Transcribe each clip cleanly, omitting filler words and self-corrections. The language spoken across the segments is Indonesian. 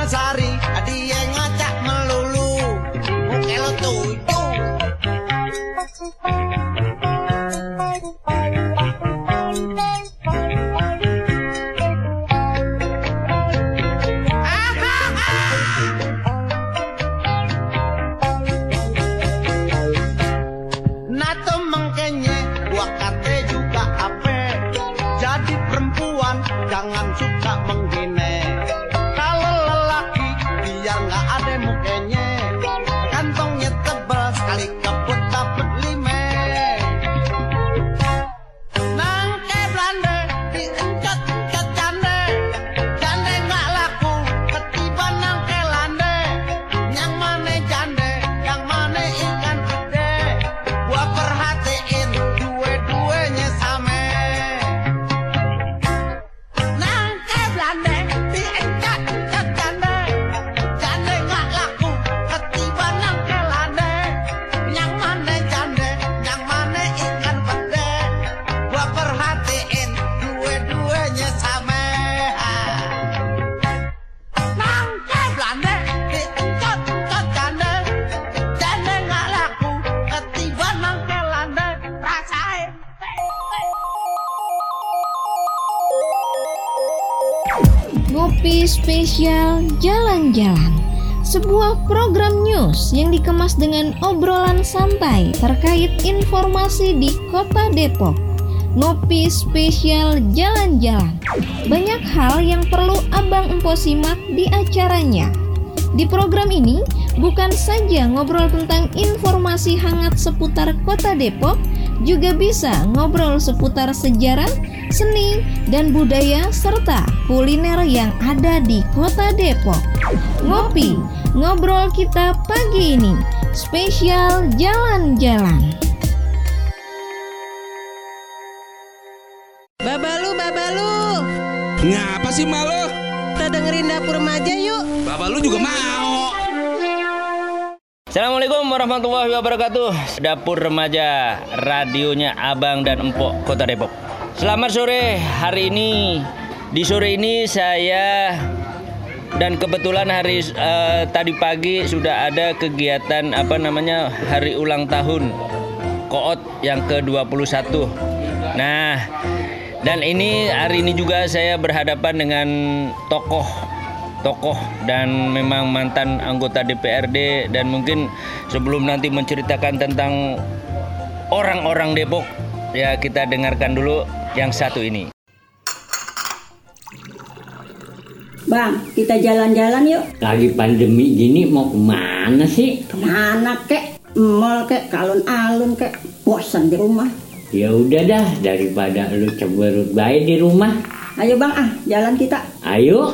Sari, dia ngacak melulu. Oke lo tuju. Nato mengkenye, gua kate juga ape. Jadi perempuan jangan suka menggine. Kalau lelaki biar nggak ada mukanya. Kantongnya tebal sekali kebut dapet lime. Nangke Belanda diencot-encot jande. Jande nggak laku ketiban nangke lande. Yang mana jande, yang mana ikan gede. Gua perhatiin dua-duanya sama. Nangke Belanda diencot-encot jande. Jande nggak laku ketiban nangke lande. Yang mana jande, yang mana ikan gede. Gua perhatiin dua-duanya sama. Nangke Belanda diencot-encot jande. Jande nggak laku ketiban nangke lande. Rasain. Ngopi Spesial Jalan-Jalan, sebuah program news yang dikemas dengan obrolan santai terkait informasi di Kota Depok. Ngopi Spesial Jalan-Jalan, banyak hal yang perlu Abang Empo simak di acaranya. Di program ini bukan saja ngobrol tentang informasi hangat seputar Kota Depok, juga bisa ngobrol seputar sejarah, seni, dan budaya serta kuliner yang ada di Kota Depok. Ngopi, ngobrol kita pagi ini, spesial jalan-jalan. Babalu, Ngapa sih malu? kita dengerin Dapur Remaja yuk. Bapak lu juga mau. Assalamualaikum warahmatullahi wabarakatuh. Dapur Remaja, radionya Abang dan Empok Kota Depok. Selamat sore. Hari ini, di sore ini saya dan kebetulan tadi pagi sudah ada kegiatan hari ulang tahun Koot yang ke-21. Nah, dan hari ini juga saya berhadapan dengan tokoh dan memang mantan anggota DPRD, dan mungkin sebelum nanti menceritakan tentang orang-orang Depok, ya kita dengarkan dulu yang satu ini. Bang, kita jalan-jalan yuk. Lagi pandemi gini mau kemana sih? Kemana kek? Mall kek, alun-alun kek. Bosan di rumah. Ya udah dah, daripada lu ceberut baik di rumah. Ayo bang, jalan kita. Ayo.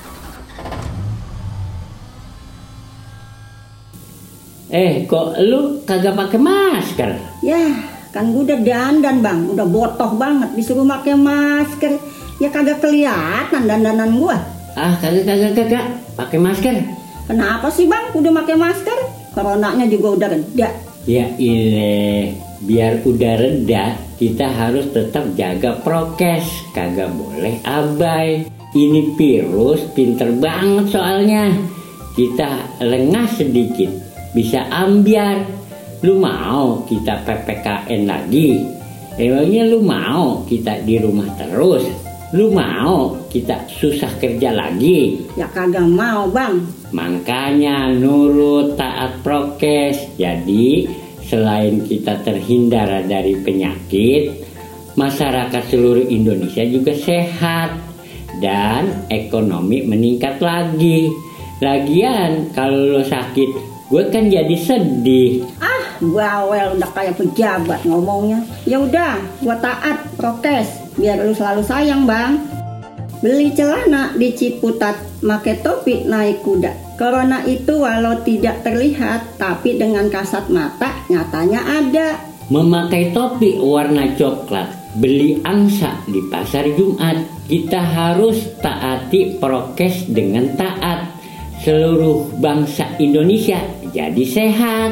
Kok lu kagak pakai masker? Ya, kan gue udah dandan bang, udah botoh banget. Disuruh pakai masker, ya kagak kelihatan dandanan gua. Kagak. Pakai masker. Kenapa sih bang? Udah pakai masker? Coronanya juga udah reda. Ya ilah, biar udah reda, kita harus tetap jaga prokes. Kagak boleh abai. Ini virus pinter banget soalnya. Kita lengah sedikit, bisa ambiar. Lu mau kita PPKN lagi? Emangnya lu mau kita di rumah terus? Lu mau kita susah kerja lagi? Ya kagak mau bang. Makanya nurut, taat prokes. Jadi selain kita terhindar dari penyakit, masyarakat seluruh Indonesia juga sehat dan ekonomi meningkat lagi. Lagian kalau lo sakit, gue kan jadi sedih. Bawel udah kayak pejabat ngomongnya. Ya udah, gue taat prokes biar lu selalu sayang bang. Beli celana di Ciputat, make topi naik kuda. Corona itu walau tidak terlihat, tapi dengan kasat mata nyatanya ada. Memakai topi warna coklat, beli angsa di pasar Jumat. Kita harus taati prokes dengan taat. Seluruh bangsa Indonesia jadi sehat.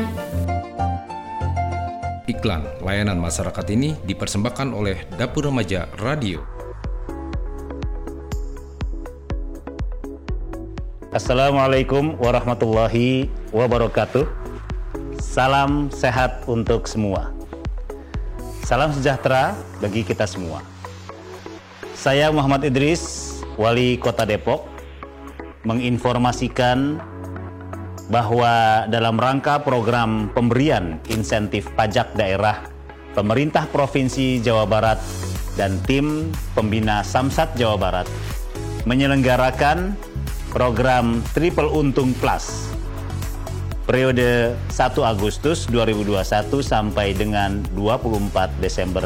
Iklan layanan masyarakat ini dipersembahkan oleh Dapur Remaja Radio. Assalamualaikum warahmatullahi wabarakatuh. Salam sehat untuk semua. Salam sejahtera bagi kita semua. Saya Muhammad Idris, Wali Kota Depok, menginformasikan bahwa dalam rangka program pemberian insentif pajak daerah pemerintah Provinsi Jawa Barat dan tim pembina Samsat Jawa Barat menyelenggarakan program Triple Untung Plus periode 1 Agustus 2021 sampai dengan 24 Desember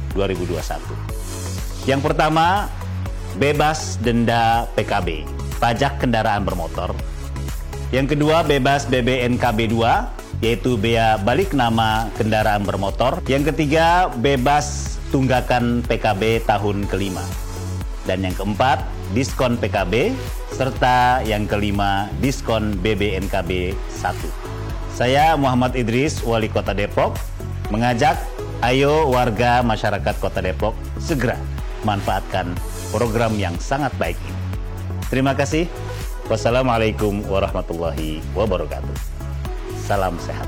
2021. Yang pertama, bebas denda PKB, pajak kendaraan bermotor. Yang kedua, bebas BBNKB 2, yaitu bea balik nama kendaraan bermotor. Yang ketiga, bebas tunggakan PKB tahun kelima. Dan yang keempat, diskon PKB, serta yang kelima, diskon BBNKB 1. Saya Muhammad Idris, Wali Kota Depok, mengajak ayo warga masyarakat Kota Depok segera manfaatkan program yang sangat baik ini. Terima kasih. Wassalamualaikum warahmatullahi wabarakatuh. Salam sehat.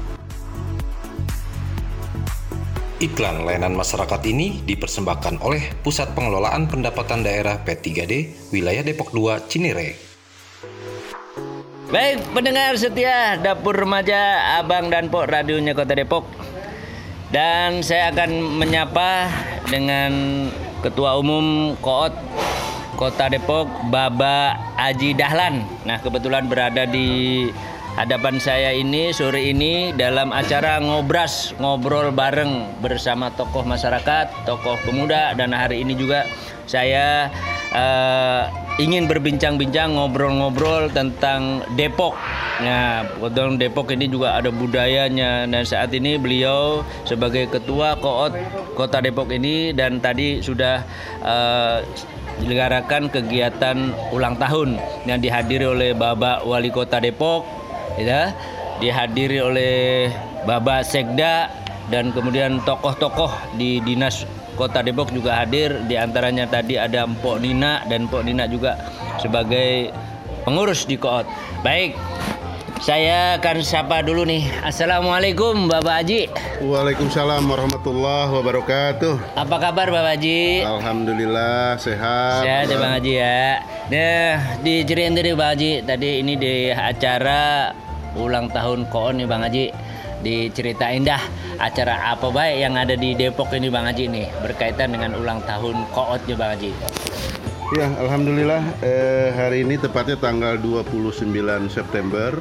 Iklan layanan masyarakat ini dipersembahkan oleh Pusat Pengelolaan Pendapatan Daerah P3D, Wilayah Depok 2, Cinere. Baik, pendengar setia Dapur Remaja Abang dan Pok radionya Kota Depok. Dan saya akan menyapa dengan Ketua Umum Koot Kota Depok, Baba Aji Dahlan. Nah, kebetulan berada di hadapan saya ini sore ini dalam acara ngobras, ngobrol bareng bersama tokoh masyarakat, tokoh pemuda, dan hari ini juga saya ingin berbincang-bincang, ngobrol-ngobrol tentang Depok. Nah, tentang Depok ini juga ada budayanya, dan saat ini beliau sebagai Ketua Koot Kota Depok ini, dan tadi sudah diselenggarakan kegiatan ulang tahun yang dihadiri oleh Bapak Wali Kota Depok, ya, dihadiri oleh Bapak Sekda, dan kemudian tokoh-tokoh di Dinas Kota Depok juga hadir. Di antaranya tadi ada Mpok Nina, dan Mpok Nina juga sebagai pengurus di Koot. Baik, saya akan sapa dulu nih. Assalamualaikum Bapak Haji. Waalaikumsalam warahmatullahi wabarakatuh. Apa kabar Bapak Haji? Alhamdulillah sehat. Sehat ya Bang Haji ya. Nah, diceritain dari Bang Haji tadi ini di acara ulang tahun Koon nih Bang Haji. Diceritain dah acara apa baik yang ada di Depok ini Bang Haji nih berkaitan dengan ulang tahun Kootnya Bang Haji. Ya, alhamdulillah hari ini tepatnya tanggal 29 September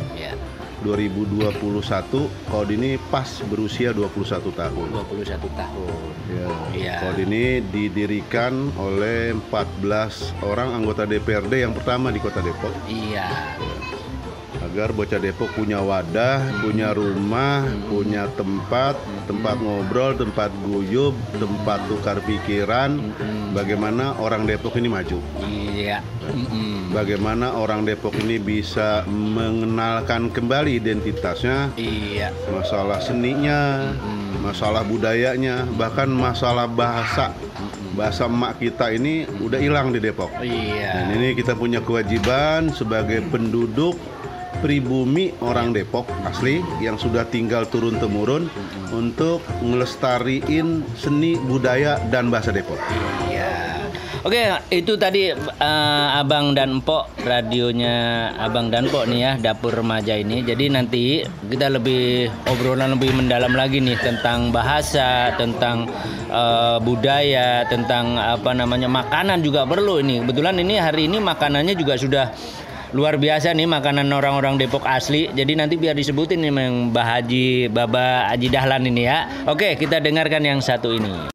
2021. Koot ini pas berusia 21 tahun. 21 tahun. Ya. Koot ini didirikan oleh 14 orang anggota DPRD yang pertama di Kota Depok. Iya. Agar bocah Depok punya wadah, punya rumah, punya tempat ngobrol, tempat guyub, tempat tukar pikiran. Bagaimana orang Depok ini maju? Iya. Bagaimana orang Depok ini bisa mengenalkan kembali identitasnya? Iya. Masalah seninya, masalah budayanya, bahkan masalah bahasa. Bahasa emak kita ini udah hilang di Depok. Iya. Dan ini kita punya kewajiban sebagai penduduk pribumi orang Depok asli yang sudah tinggal turun-temurun untuk ngelestariin seni, budaya, dan bahasa Depok. Iya. Oke, itu tadi Abang dan Empok, radionya Abang dan Empok nih ya, Dapur Remaja ini. Jadi nanti kita obrolan lebih mendalam lagi nih tentang bahasa, tentang budaya, tentang makanan juga perlu ini. Kebetulan ini hari ini makanannya juga sudah luar biasa nih, makanan orang-orang Depok asli. Jadi nanti biar disebutin nih yang Baba Haji Dahlan ini ya. Oke, kita dengarkan yang satu ini.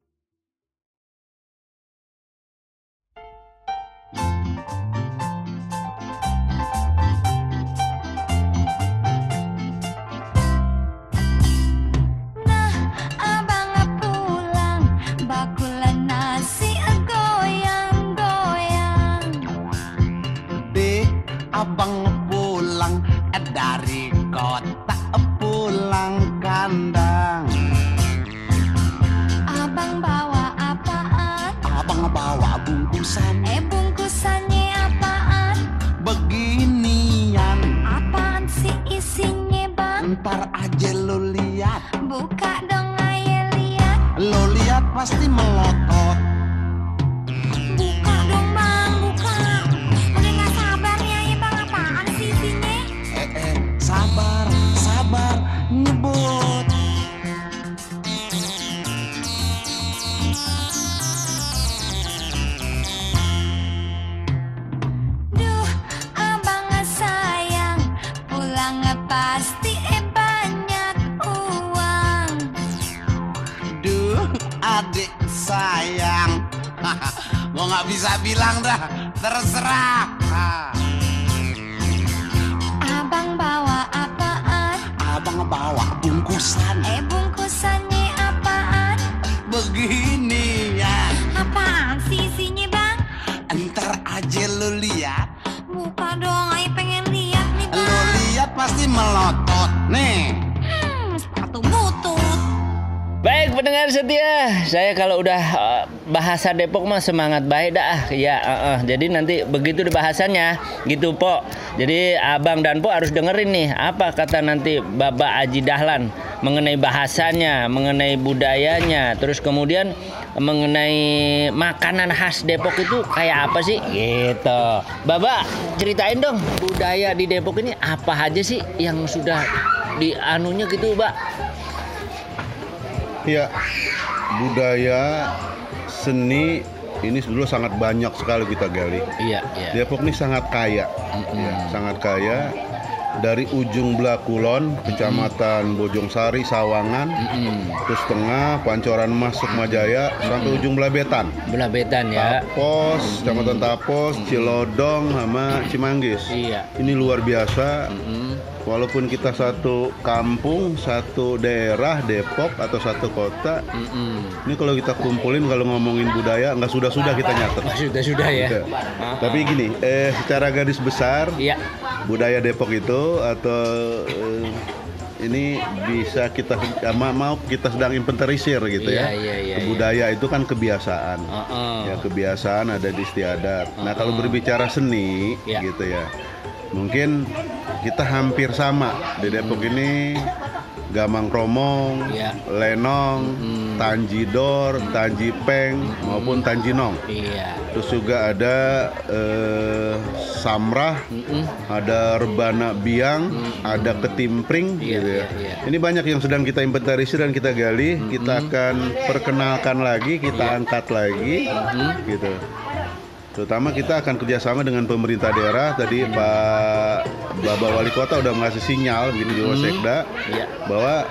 Abang pulang dari kota, pulang kandang. Abang bawa apaan? Abang bawa bungkusan. Bungkusannya apaan? Begini Entar aja lo lihat. Buka dong ayo lihat. Lo lihat pasti melotot. Buka dong bang, buka. Udah gak sabar nih ayo bang, apaan sih isinya? Sabar, nyebut. Duh, abang sayang, pulang pasti banyak uang. Duh, adik sayang. Gua nggak bisa bilang dah, terserah. Abang bawa apaan? Abang bawa bungkusan. Bungkusannya apaan? Begini ya. Apaan sih isinya bang? Entar aja lo lihat. Buka dong, ayo pengen lihat nih bang. Lo lihat pasti melotot. Nih. Sepatu butut. Baik pendengar setia, saya kalau udah bahasa Depok mah semangat baik dah. Ya, jadi nanti begitu di bahasannya gitu Po. Jadi Abang dan Po harus dengerin nih apa kata nanti Bapak Haji Dahlan mengenai bahasanya, mengenai budayanya, terus kemudian mengenai makanan khas Depok itu kayak apa sih? Gitu. Bapak ceritain dong budaya di Depok ini apa aja sih yang sudah dianunya gitu, Mbak? Ya, budaya seni ini sebetulnya sangat banyak sekali kita gali. Iya. Depok ini sangat kaya, ya, sangat kaya. Dari ujung belah kulon, kecamatan Bojongsari, Sawangan, terus tengah, Pancoran Mas, Sukmajaya, sampai ujung belah Betan. Belah Betan ya. Tapos, kecamatan Tapos, Cilodong, sama Cimanggis. Iya. Ini luar biasa. Walaupun kita satu kampung, satu daerah, Depok atau satu kota, ini kalau kita kumpulin kalau ngomongin budaya nggak sudah kita nyatet. Sudah ya. Gitu. Tapi gini, secara garis besar, budaya Depok itu atau ini bisa kita mau kita sedang inventarisir gitu ya. Budaya itu kan kebiasaan. Ya kebiasaan ada di istiadat. Nah kalau berbicara seni gitu ya. Mungkin kita hampir sama di Depok ini Gamang Kromong, Lenong, Tanjidor, Tanjipeng maupun Tanjinong. Terus juga ada Samrah, ada Rebana Biang, ada Ketimpring gitu ya. Ini banyak yang sedang kita inventarisir dan kita gali, kita akan perkenalkan lagi, kita angkat lagi gitu. Terutama kita akan kerjasama dengan pemerintah daerah. Tadi Pak Bapak Wali Kota udah ngasih sinyal begini di Wasekda bahwa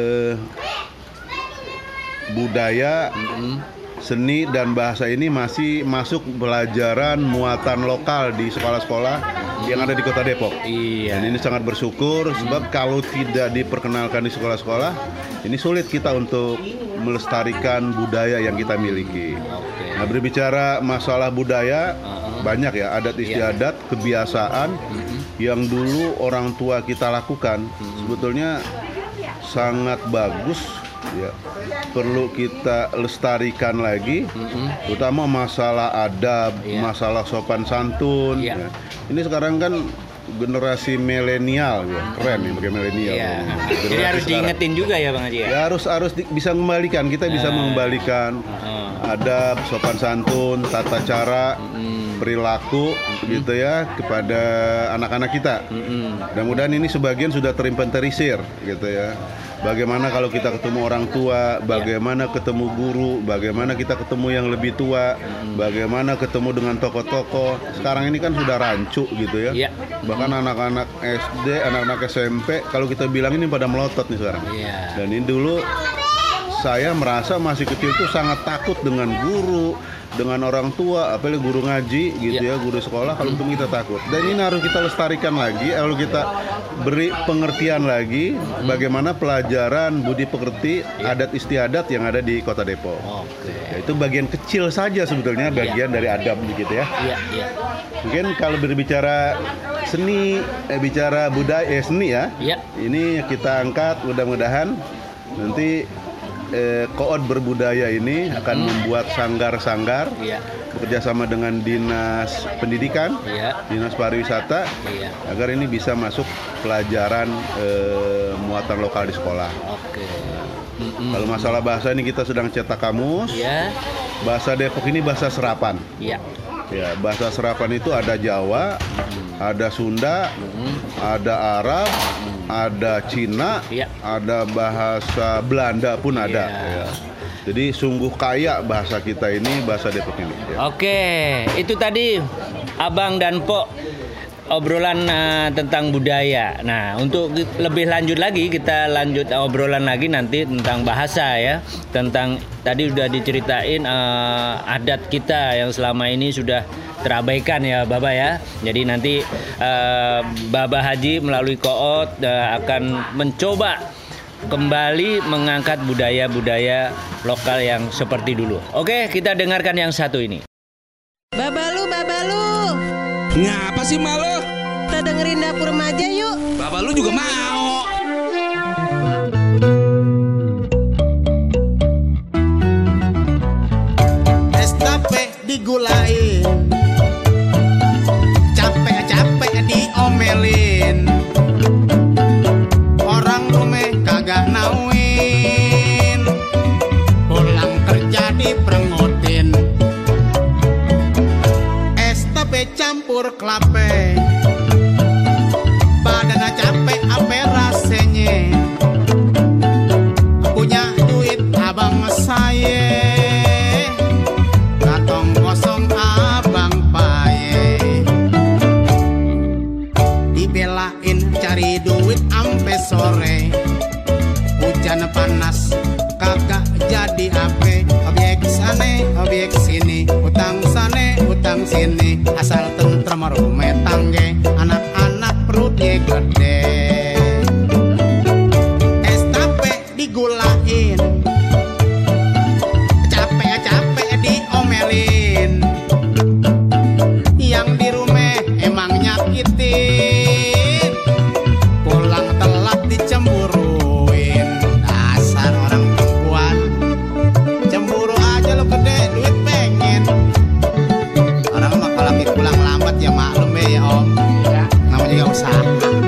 budaya, seni dan bahasa ini masih masuk pelajaran muatan lokal di sekolah-sekolah yang ada di Kota Depok. Dan ini sangat bersyukur sebab kalau tidak diperkenalkan di sekolah-sekolah, ini sulit kita untuk melestarikan budaya yang kita miliki. Nah, berbicara masalah budaya, banyak ya adat istiadat, kebiasaan yang dulu orang tua kita lakukan, sebetulnya sangat bagus ya. Perlu kita lestarikan lagi, terutama masalah adab, masalah sopan santun. Ya. Ini sekarang kan generasi milenial ya, keren nih pakai milenial. Jadi harus diingetin juga ya Bang Haji ya. Ya harus bisa mengembalikan, kita bisa mengembalikan adab, sopan santun, tata cara, perilaku gitu ya kepada anak-anak kita. Mudah-mudahan ini sebagian sudah terinventarisir gitu ya. Bagaimana kalau kita ketemu orang tua, bagaimana ketemu guru, bagaimana kita ketemu yang lebih tua, bagaimana ketemu dengan tokoh-tokoh. Sekarang ini kan sudah rancu gitu ya. Bahkan anak-anak SD, anak-anak SMP, kalau kita bilang ini pada melotot nih sekarang. Dan ini dulu saya merasa masih kecil tuh sangat takut dengan guru, dengan orang tua, apalagi guru ngaji gitu ya, guru sekolah. Kalau ketemu kita takut. Dan ini harus kita lestarikan lagi, harus kita beri pengertian lagi bagaimana pelajaran budi pekerti adat istiadat yang ada di Kota Depok. Ya, itu bagian kecil saja sebetulnya, bagian dari adab gitu ya. Mungkin kalau berbicara seni, bicara budaya seni ya, ini kita angkat mudah-mudahan nanti Koot Berbudaya ini akan membuat sanggar-sanggar bekerja sama dengan Dinas Pendidikan, Dinas Pariwisata, agar ini bisa masuk pelajaran muatan lokal di sekolah. Kalau masalah bahasa ini kita sedang cetak kamus. Bahasa Depok ini bahasa serapan. Ya, bahasa serapan itu ada Jawa, ada Sunda, ada Arab, ada Cina, ada bahasa Belanda pun ada. Ya. Jadi sungguh kaya bahasa kita ini, bahasa Depok ini. Ya. Oke, itu tadi Abang dan Pok obrolan tentang budaya. Nah, untuk lebih lanjut lagi kita lanjut obrolan lagi nanti tentang bahasa ya. Tentang tadi udah diceritain adat kita yang selama ini sudah terabaikan ya Baba ya. Jadi nanti Baba Haji melalui Koot akan mencoba kembali mengangkat budaya-budaya lokal yang seperti dulu. Oke, kita dengarkan yang satu ini. Babalu. Ngapa sih Mak lo? Kita dengerin Dapur Remaja yuk. Bapak lu juga mau. Es tape digulain, capek-capek diomelin, orang rumah kagak nauin, pulang kerja diperengutin. Es tape campur klape, badan capek ape rasanya, punya duit abang saya, kantong kosong abang paye, dibelain cari duit ampe sore, hujan panas kagak jadi ape, objek sane objek sini, utang sane utang sini, asal tentrem rumah tangge, anak-anak perutnya gede. Es tape digulain, capek-capek diomelin, yang di rumah emang nyakitin, pulang telat dicemburuin, dasar orang perempuan, cemburu aja lo gede duit pengen, orang mah kalau pulang lambat ya maklum ya om, namanya juga usaha.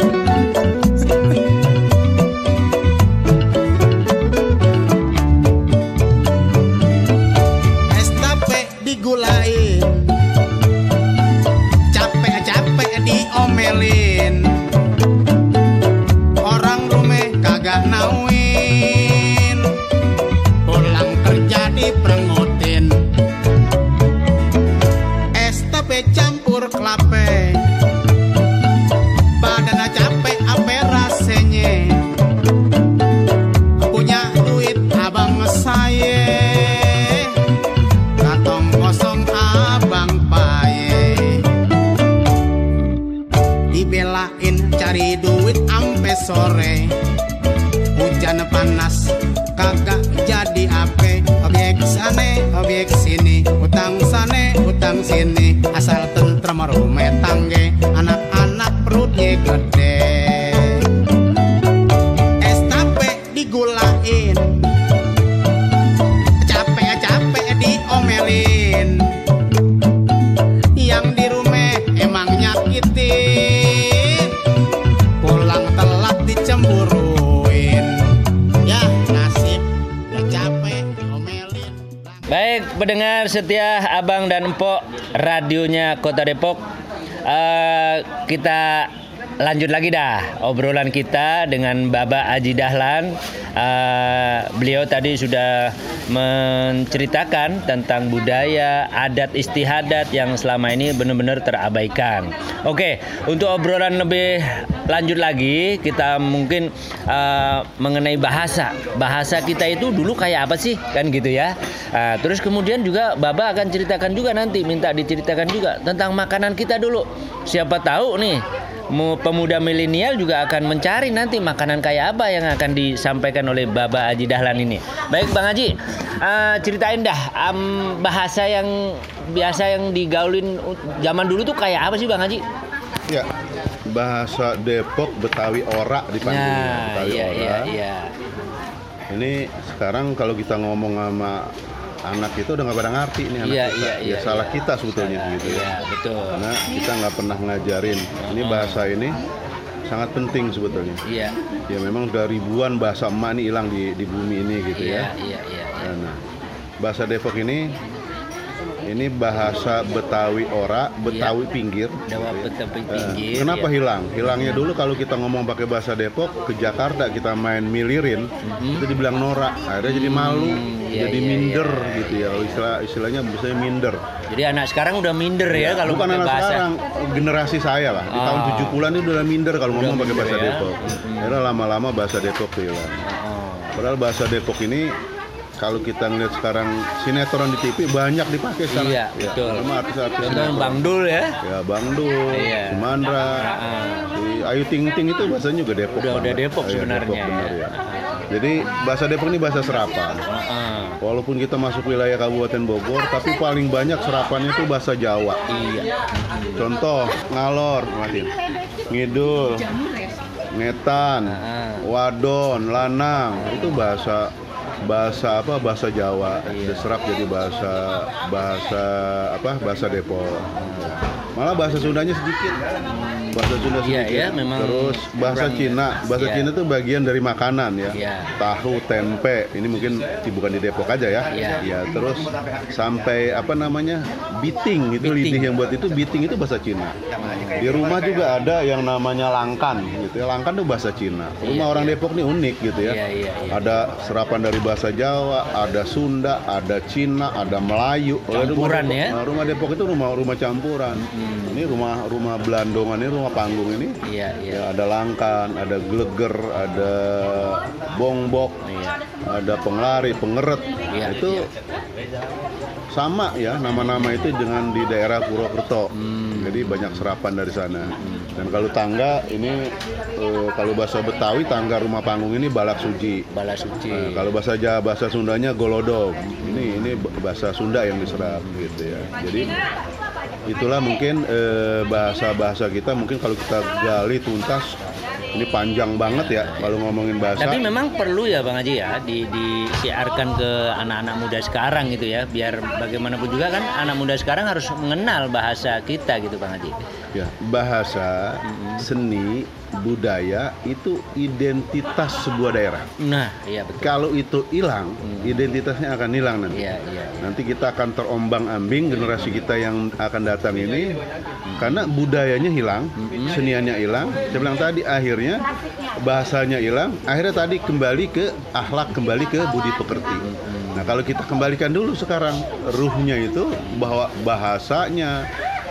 Es tape digulain, capek-capek diomelin, orang rumah kagak nauin, pulang kerja diperengutin. Es tape campur klape, badan capek ape rasanya, punya duit abang saya, kantong kosong abang paye, dibelain cari duit ampe sore, hujan panas kagak jadi ape, objek sane objek sini, utang sane utang sini, asal tentrem rumah tangge, anak-anak perutnya gede. Es tape digulain, capek-capek diomelin, yang di rumah emang nyakitin, pulang telat dicemburuin, ya nasib udah capek diomelin. Baik, pendengar setia Abang dan Empok radionya Kota Depok. Kita lanjut lagi dah obrolan kita dengan Baba Haji Dahlan. Beliau tadi sudah menceritakan tentang budaya, adat istiadat yang selama ini benar-benar terabaikan. Oke, untuk obrolan lebih lanjut lagi, kita mungkin mengenai bahasa. Bahasa kita itu dulu kayak apa sih, kan gitu ya. Terus kemudian juga Baba akan ceritakan juga nanti, minta diceritakan juga tentang makanan kita dulu. Siapa tahu nih pemuda milenial juga akan mencari nanti makanan kayak apa yang akan disampaikan oleh Baba Haji Dahlan ini. Baik Bang Haji, ceritain dah bahasa yang biasa yang digaulin zaman dulu tuh kayak apa sih Bang Haji? Ya, bahasa Depok Betawi Ora dipanggilnya. Nah, Betawi iya, Ora. iya. Ini sekarang kalau kita ngomong sama anak itu udah nggak pada ngerti nih anak kita. Iya, salah kita sebetulnya gitu ya. Iya, betul. Karena kita nggak pernah ngajarin. Ini bahasa ini sangat penting sebetulnya. Iya. Ya memang udah ribuan bahasa emak ini hilang di bumi ini gitu ya. Iya. Nah, bahasa Depok ini bahasa Betawi ora, Betawi pinggir. Betawi pinggir. Kenapa hilang? Hilangnya dulu kalau kita ngomong pakai bahasa Depok ke Jakarta kita main milirin, itu dibilang norak. Akhirnya jadi malu, jadi minder gitu ya. Istilahnya biasanya minder. Jadi anak sekarang udah minder ya kalau bukan pakai anak bahasa. sekarang, generasi saya lah. Di tahun 70-an itu udah minder kalau ngomong pakai bahasa Depok. Akhirnya lama-lama bahasa Depok tuh hilang. Padahal bahasa Depok ini kalau kita ngeliat sekarang sinetron di TV banyak dipakai sekarang. Iya, betul. Sama artis-artis Contohnya Bang Dul ya. Ya, Bang Dul, si Mandra, si Ayu Ting Ting itu bahasanya juga Depok. Udah Depok sebenarnya. Depok, benar, ya. Jadi bahasa Depok ini bahasa serapan. Walaupun kita masuk wilayah Kabupaten Bogor, tapi paling banyak serapannya itu bahasa Jawa. Iya. Contoh ngalor, ngidul, ngetan, wadon, lanang, itu bahasa Jawa. Diserap jadi bahasa Depok. Malah bahasa Sundanya sedikit. Bahasa Sunda sedikit. Iya, memang. Terus bahasa Cina. Bahasa Cina itu bagian dari makanan ya. Iya. Tahu, tempe. Ini mungkin bukan di Depok aja ya. Iya. Terus sampai biting. Itu lidih yang buat itu biting itu bahasa Cina. Di rumah juga ada yang namanya langkan gitu ya. Langkan itu bahasa Cina. Rumah orang Depok nih unik gitu ya. Iya. Ada serapan dari bahasa Jawa, ada Sunda, ada Cina, ada Melayu. Campuran ya. Rumah Depok itu rumah campuran. Ini rumah Belandongan, ini rumah panggung ini. Iya. Ya, ada langkan, ada gleger, ada bongbok, ada penglari, pengeret. Itu sama ya nama-nama itu dengan di daerah Purwokerto. Jadi banyak serapan dari sana. Dan kalau tangga ini kalau bahasa Betawi tangga rumah panggung ini balak suci. Kalau bahasa Sundanya golodog. Ini bahasa Sunda yang diserap gitu ya. Jadi itulah mungkin bahasa kita mungkin kalau kita gali tuntas ini panjang banget ya kalau ngomongin bahasa. Tapi memang perlu ya Bang Haji ya disiarkan ke anak-anak muda sekarang gitu ya, biar bagaimanapun juga kan anak muda sekarang harus mengenal bahasa kita gitu Bang Haji. Ya, bahasa, seni, budaya itu identitas sebuah daerah. Nah, iya betul. Kalau itu hilang, identitasnya akan hilang nanti. Iya. Nanti kita akan terombang-ambing generasi kita yang akan datang ini karena budayanya hilang, seniannya hilang. Saya bilang tadi akhirnya bahasanya hilang, akhirnya tadi kembali ke akhlak, kembali ke budi pekerti. Nah, kalau kita kembalikan dulu sekarang ruhnya itu bahwa bahasanya,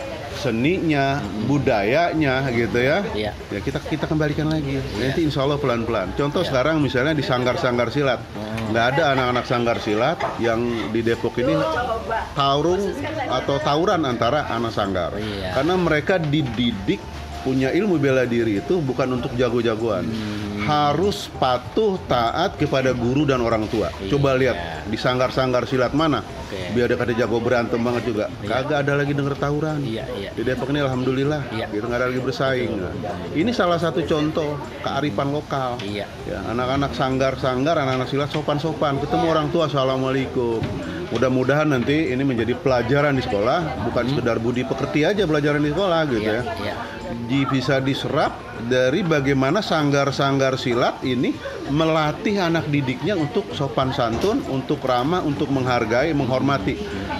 seninya, budayanya gitu ya. Ya kita kembalikan lagi. Nanti insya Allah pelan-pelan. Contoh sekarang misalnya di sanggar-sanggar silat. Nggak ada anak-anak sanggar silat yang di Depok ini tarung atau tawuran antara anak sanggar. Karena mereka dididik punya ilmu bela diri itu bukan untuk jago-jagoan. Harus patuh taat kepada guru dan orang tua. Coba lihat di sanggar-sanggar silat mana. Biar dia kata jago berantem banget juga. Kagak ada lagi denger tawuran. Di Depok ini alhamdulillah gitu nggak ada lagi bersaing. Ini salah satu contoh kearifan lokal. Ya, anak-anak sanggar-sanggar, anak-anak silat sopan-sopan. Ketemu orang tua assalamualaikum. Mudah-mudahan nanti ini menjadi pelajaran di sekolah, bukan sekedar budi pekerti aja pelajaran di sekolah gitu ya. Bisa diserap dari bagaimana sanggar-sanggar silat ini melatih anak didiknya untuk sopan santun, untuk ramah, untuk menghargai, menghormati.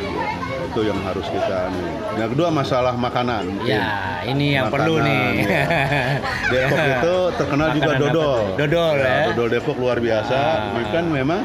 Itu yang harus kita. Yang kedua masalah makanan. Ya, ini yang perlu nih. Ya. Depok itu terkenal juga dodol. Dodol ya. Dodol Depok luar biasa. Kan memang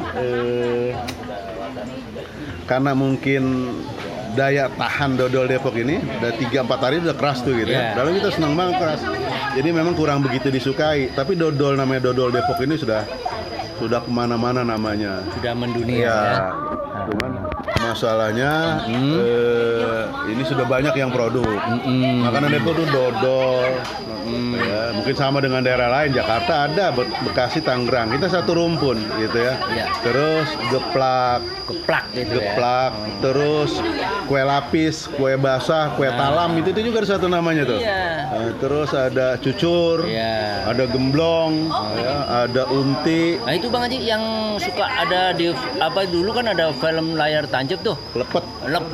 karena mungkin daya tahan dodol Depok ini udah 3-4 hari udah keras tuh gitu ya. Lalu kita senang banget keras. Jadi memang kurang begitu disukai. Tapi dodol namanya dodol Depok ini sudah kemana-mana namanya. Sudah mendunia ya. Cuman masalahnya ini sudah banyak yang produk. Makanan Depok tuh dodol, ya, mungkin sama dengan daerah lain. Jakarta ada, Bekasi, Tangerang. Kita satu rumpun gitu ya. Iya. Terus geplak gitu geplak, terus kue lapis, kue basah, kue talam itu juga ada satu namanya tuh. Iya. Terus ada cucur, ada gemblong, ya, ada unti. Nah itu Bang Haji yang suka ada di apa dulu kan ada film layar tancap tuh. Lepet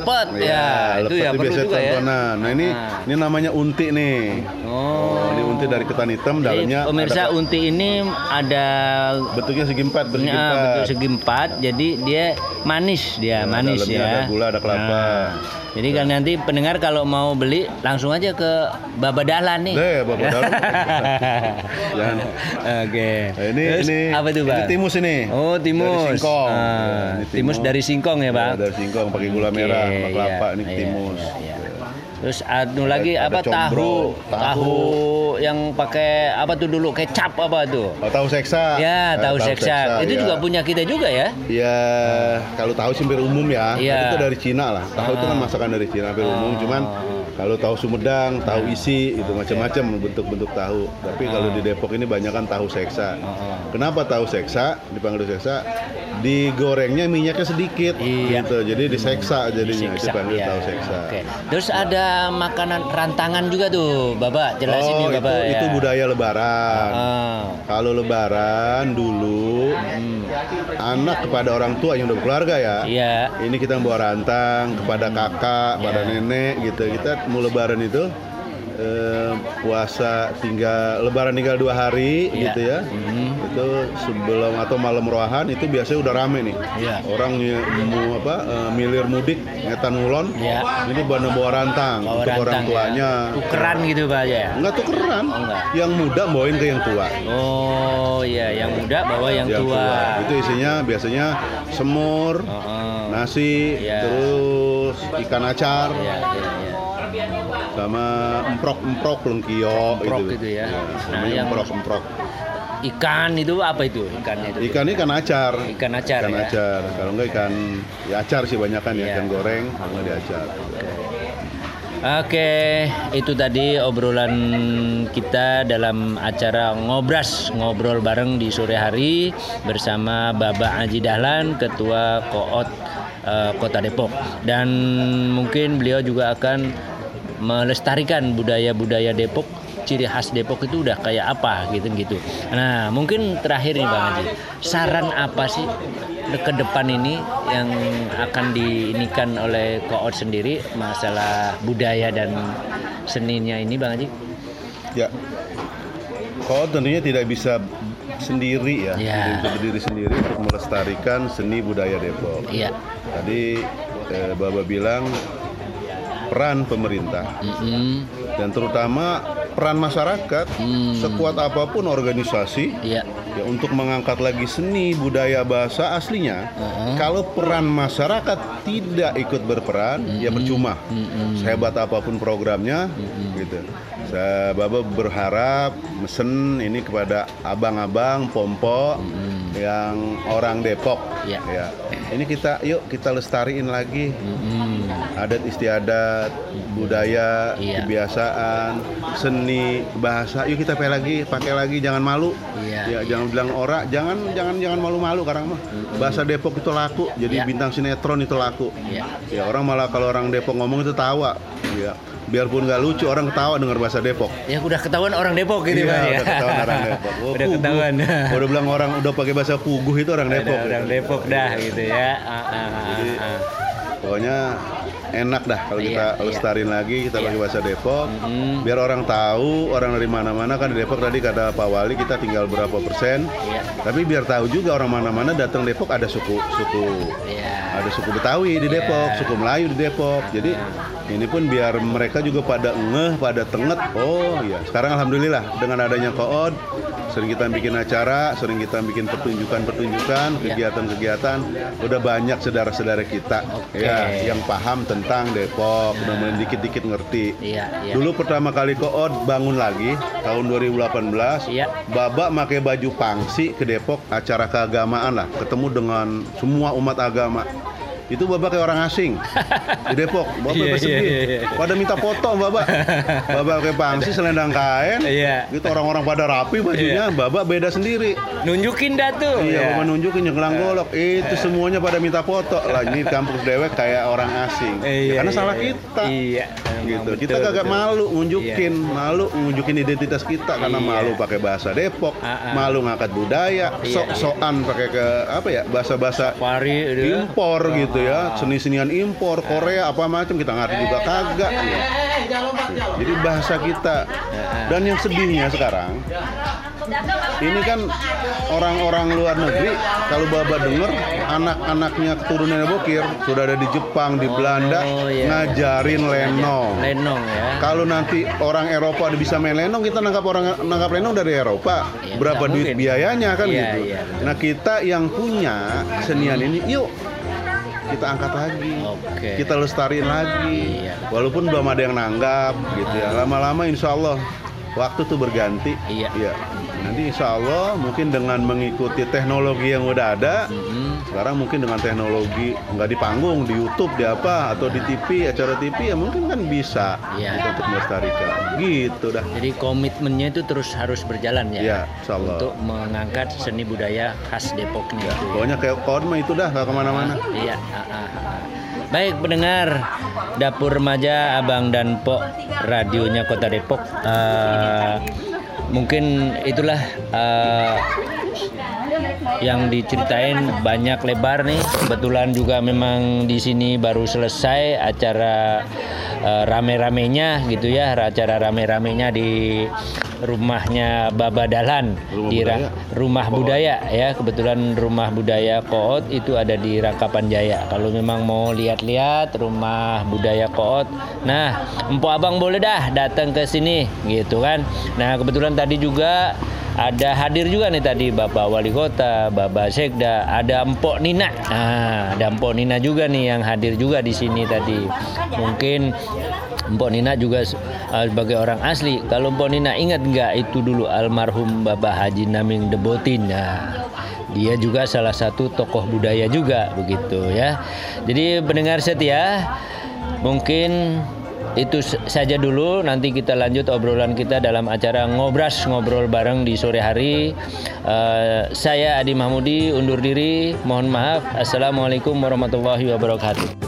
ya itu lepet ya itu perlu biasa juga ya. tontonan. Nah ini namanya unti nih. Ini unti dari ketan hitam, dalamnya pemirsa ada, unti ini ada bentuknya segi empat, bentuk segi empat, jadi dia manis manis dalamnya ya. ada gula, ada kelapa. Jadi kan nanti pendengar kalau mau beli langsung aja ke Baba Dahlan nih. Baba Dahlan. Jangan. Oke. Nah, ini apa tuh Bang? Ini timus ini. Oh timus. Dari singkong. Ini timus dari singkong ya Bang? Dari singkong pakai gula merah, sama kelapa. Ini timus. Terus lagi apa combro, tahu yang pakai apa tuh dulu kecap apa tuh? Tahu seksa. Ya, tahu seksa. Itu juga punya kita juga ya? Ya, kalau tahu sih hampir umum ya. Iya. Itu dari Cina lah. Tahu itu kan masakan dari Cina hampir umum. Cuman kalau tahu Sumedang, tahu isi itu macam-macam bentuk-bentuk tahu. Tapi kalau di Depok ini banyak kan tahu seksa. Kenapa tahu seksa? Dipanggil seksa? Digorengnya minyaknya sedikit gitu. Jadi diseksa jadinya. Itu dipanggil tahu seksa. Oke. Terus ada makanan rantangan juga tuh, Bapak. Jelasin nih Bapak itu budaya lebaran. Kalau lebaran dulu anak kepada orang tua yang udah berkeluarga ya. Iya. Ini kita bawa rantang kepada kakak, pada nenek gitu. Kita mau lebaran itu puasa lebaran tinggal 2 hari gitu ya. Itu sebelum atau malam roahan itu biasanya udah rame nih. Orang mau milir mudik ngetan ngulon. Ini bawa rantang untuk orang tuanya. Tukeran gitu Pak ya? Enggak tukeran. Yang muda bawain ke yang tua. Oh iya, yang muda bawa yang tua. Itu isinya biasanya semur, nasi, terus ikan acar. Sama emprok lengkio gitu ya. Nah, yang emprok. Ikan itu apa itu? Ikannya itu? Ikan acar. Ikan acar. Kalau enggak ikan acar sih banyak kan ya, ikan goreng, kalau enggak diacar. Oke, itu tadi obrolan kita dalam acara ngobrol bareng di sore hari bersama Bapak Haji Dahlan, Ketua Koot Kota Depok. Dan mungkin beliau juga akan melestarikan budaya-budaya Depok, ciri khas Depok itu udah kayak apa gitu. Nah, mungkin terakhir nih Bang Haji, saran apa sih ke depan ini yang akan diinikan oleh Koot sendiri masalah budaya dan seninya ini Bang Haji? Ya, Koot tentunya tidak bisa sendiri ya. Tidak bisa berdiri sendiri untuk melestarikan seni budaya Depok. Iya. Tadi Bapak bilang peran pemerintah dan terutama peran masyarakat, sekuat apapun organisasi ya untuk mengangkat lagi seni budaya bahasa aslinya, kalau peran masyarakat tidak ikut berperan ya percuma. Sehebat apapun programnya gitu. Bapak berharap mesen ini kepada abang-abang pompo yang orang Depok ya. Ini yuk kita lestariin lagi adat istiadat, budaya, kebiasaan, seni, bahasa. Yuk kita pakai lagi, jangan malu. Ya, jangan bilang jangan malu-malu karena bahasa Depok itu laku. Jadi bintang sinetron itu laku. Ya orang malah kalau orang Depok ngomong itu tawa. Ya. Biarpun nggak lucu, orang ketawa dengar bahasa Depok. Ya udah ketahuan orang Depok gitu ya. Udah ketahuan orang Depok. Udah ketahuan. Udah bilang orang udah pakai bahasa puguh itu orang Depok. Orang Depok dah gitu ya. Jadi, pokoknya enak dah kalau kita lestarin lagi, kita pakai bahasa Depok. Biar orang tahu, orang dari mana-mana kan di Depok tadi kata Pak Wali kita tinggal berapa persen. Tapi biar tahu juga orang mana-mana datang Depok ada suku Betawi di Depok, suku Melayu di Depok. Jadi ini pun biar mereka juga pada pada tenget. Oh iya, sekarang alhamdulillah dengan adanya Koot, sering kita bikin acara, sering kita bikin pertunjukan, kegiatan-kegiatan. Udah banyak saudara-saudara kita yang paham tentang Depok, udah mulai dikit-dikit ngerti. Dulu pertama kali Koot bangun lagi tahun 2018, Babak pakai baju pangsi ke Depok, acara keagamaan lah, ketemu dengan semua umat agama. Itu Bapak kayak orang asing di Depok. Bapak Iya, bersedih. iya. Pada minta foto Bapak. Bapak pakai pangsi selendang kain. Iya. Gitu orang-orang pada rapi bajunya, Bapak beda sendiri. Nunjukin dah tuh. Iya, Bapak nunjukin nyengkelang golok. Itu semuanya pada minta foto. Lah ini kampus dewek kayak orang asing. Iya, Karena iya, salah iya. kita. Iya. Gitu. Betul, Kita kagak betul. malu nunjukin identitas kita karena Iya. malu pakai bahasa Depok, malu ngangkat budaya, Iya. sok-sokan pakai ke apa ya, bahasa-bahasa Pari impor gitu ya, seni-senian impor Korea apa macam kita ngerti juga kagak. Ya. Jadi bahasa kita. Dan yang sedihnya sekarang ini kan orang-orang luar negeri kalau Bapak denger anak-anaknya keturunannya Bokir sudah ada di Jepang, di Belanda ngajarin lenong. Lenong ya. Kalau nanti orang Eropa bisa main lenong, kita nangkap lenong dari Eropa. Berapa nggak duit mungkin. biayanya kan Iya, gitu. iya, betul. Nah, kita yang punya kesenian ini, yuk kita angkat lagi. Oke. Kita lestariin lagi. Iya. Walaupun belum ada yang nanggap gitu ya. Lama-lama insya Allah waktu tuh berganti. Iya. Nanti insya Allah mungkin dengan mengikuti teknologi yang udah ada, sekarang mungkin dengan teknologi nggak di panggung, di YouTube, di apa, atau di TV, acara TV ya mungkin kan bisa Iya. gitu, untuk melestarikan. Gitu dah. Jadi komitmennya itu terus harus berjalan ya. Iya, insya Allah. Untuk mengangkat seni budaya khas Depok nih. Ya, pokoknya kayak kawan mah itu dah nggak kemana-mana. Iya. Baik pendengar Dapur Remaja Abang dan Pok radionya Kota Depok. Mungkin itulah yang diceritain banyak lebar nih. Kebetulan juga memang di sini baru selesai acara rame-ramenya gitu ya, acara rame-ramenya di rumahnya Baba Dahlan di Rumah Budaya ya. Kebetulan Rumah Budaya Koot itu ada di Rangkapan Jaya. Kalau memang mau lihat-lihat Rumah Budaya Koot, nah Empok Abang boleh dah datang ke sini gitu kan. Nah kebetulan tadi juga ada hadir juga nih tadi Bapak Wali Kota, Bapak Sekda, ada Empok Nina. Nah, ada Empok Nina juga nih yang hadir juga di sini tadi. Mungkin Empok Nina juga sebagai orang asli. Kalau Empok Nina ingat nggak itu dulu almarhum Bapak Haji Naming Debotin. Nah, dia juga salah satu tokoh budaya juga begitu ya. Jadi pendengar setia, mungkin itu saja dulu. Nanti kita lanjut obrolan kita dalam acara ngobrol bareng di sore hari. Saya Adi Mahmudi undur diri. Mohon maaf. Assalamualaikum warahmatullahi wabarakatuh.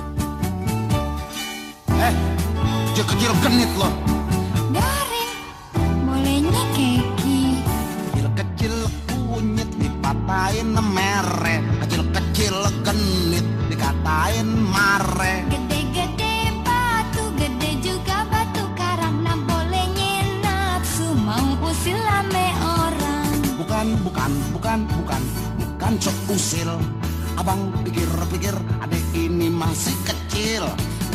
Kecil genit loh. Garing, bolehnya keki. Kecil kunyit dipatahin mere. Kecil genit dikatain mare. Gede-gede batu, gede juga batu karang. Nah bolehnya nafsu mau usil ame orang. Bukan sok usil. Abang pikir-pikir adik ini masih kecil.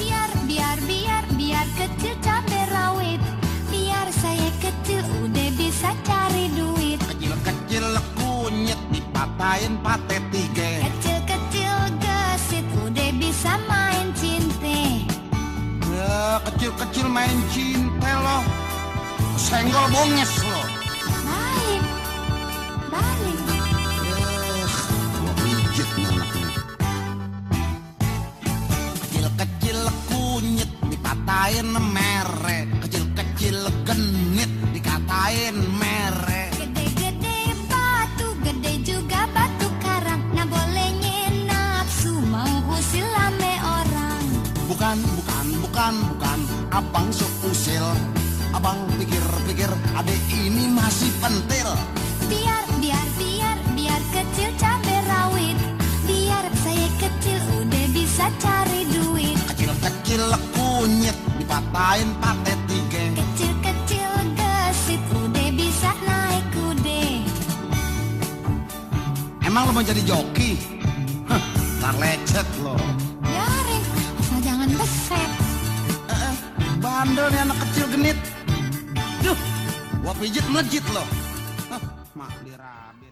Biar kecil cabai rawit. Biar saya kecil udah bisa cari duit. Kecil kunyit dipatahin pate tiga. Kecil gesit udah bisa main cinte. Ya, kecil main cinta loh. Senggol bonges loh. Balik. Gua pijit nih anaknya. Kecil kunyit dikatain mere. Kecil genit dikatain mere. Gede-gede batu, gede juga batu karang. Nah bolehnya nafsu mau usil ame orang. Bukan. Abang sok usil. Abang pikir-pikir adik ini masih pentil. Biar kecil cabai rawit. Biar saya kecil udah bisa cari duit. Kecil kunyit dipatahin pate tiga. Kecil gesit udah bisa naik kude. Emang lo mau jadi joki? Ntar lecet lo. Garing, asal jangan beset. Bandel nih anak kecil genit. Duh, gua pijit melejit lo. Mak dirabit.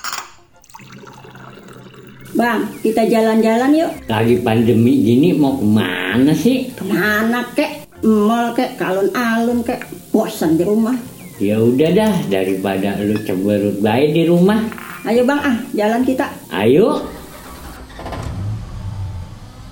Bang, kita jalan-jalan yuk. Lagi pandemi gini mau kemana sih? Kemana kek? Mall kek, alun-alun kek. Bosan di rumah. Ya udah dah, daripada lu ceberut baik di rumah. Ayo bang, jalan kita. Ayo.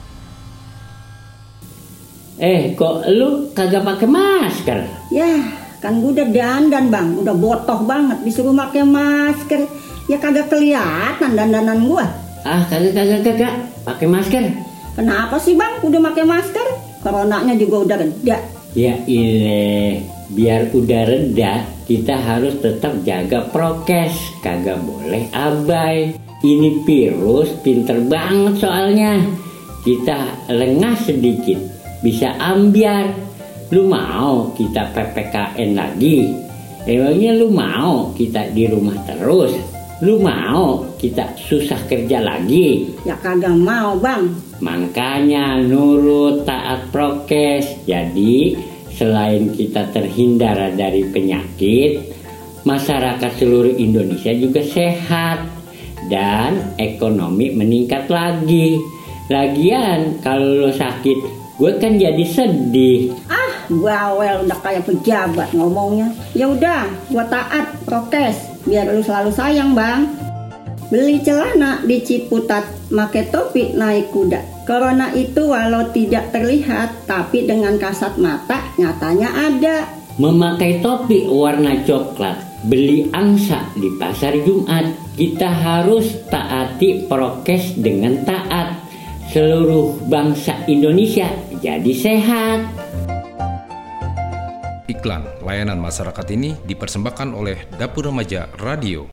Kok lu kagak pakai masker? Ya, kan gue udah dandan bang, udah botoh banget disuruh pakai masker. Ya kagak kelihatan dandanan gua. Kagak pakai masker. Kenapa sih bang udah pakai masker? Coronanya juga udah reda. Ya ilah, biar udah reda kita harus tetap jaga prokes, kagak boleh abai. Ini virus pinter banget soalnya. Kita lengah sedikit bisa ambiar. Lu mau kita PPKN lagi? Emangnya lu mau kita di rumah terus? Lu mau kita susah kerja lagi? Ya kagak mau bang. Makanya nurut taat prokes. Jadi selain kita terhindar dari penyakit, masyarakat seluruh Indonesia juga sehat dan ekonomi meningkat lagi. Lagian kalau lo sakit, gue kan jadi sedih. Bawel udah kayak pejabat ngomongnya. Ya udah, gue taat prokes biar lu selalu sayang bang. Beli celana di Ciputat, make topi naik kuda. Corona itu walau tidak terlihat, tapi dengan kasat mata nyatanya ada. Memakai topi warna coklat, beli angsa di pasar Jumat. Kita harus taati prokes dengan taat. Seluruh bangsa Indonesia jadi sehat. Iklan layanan masyarakat ini dipersembahkan oleh Dapur Remaja Radio.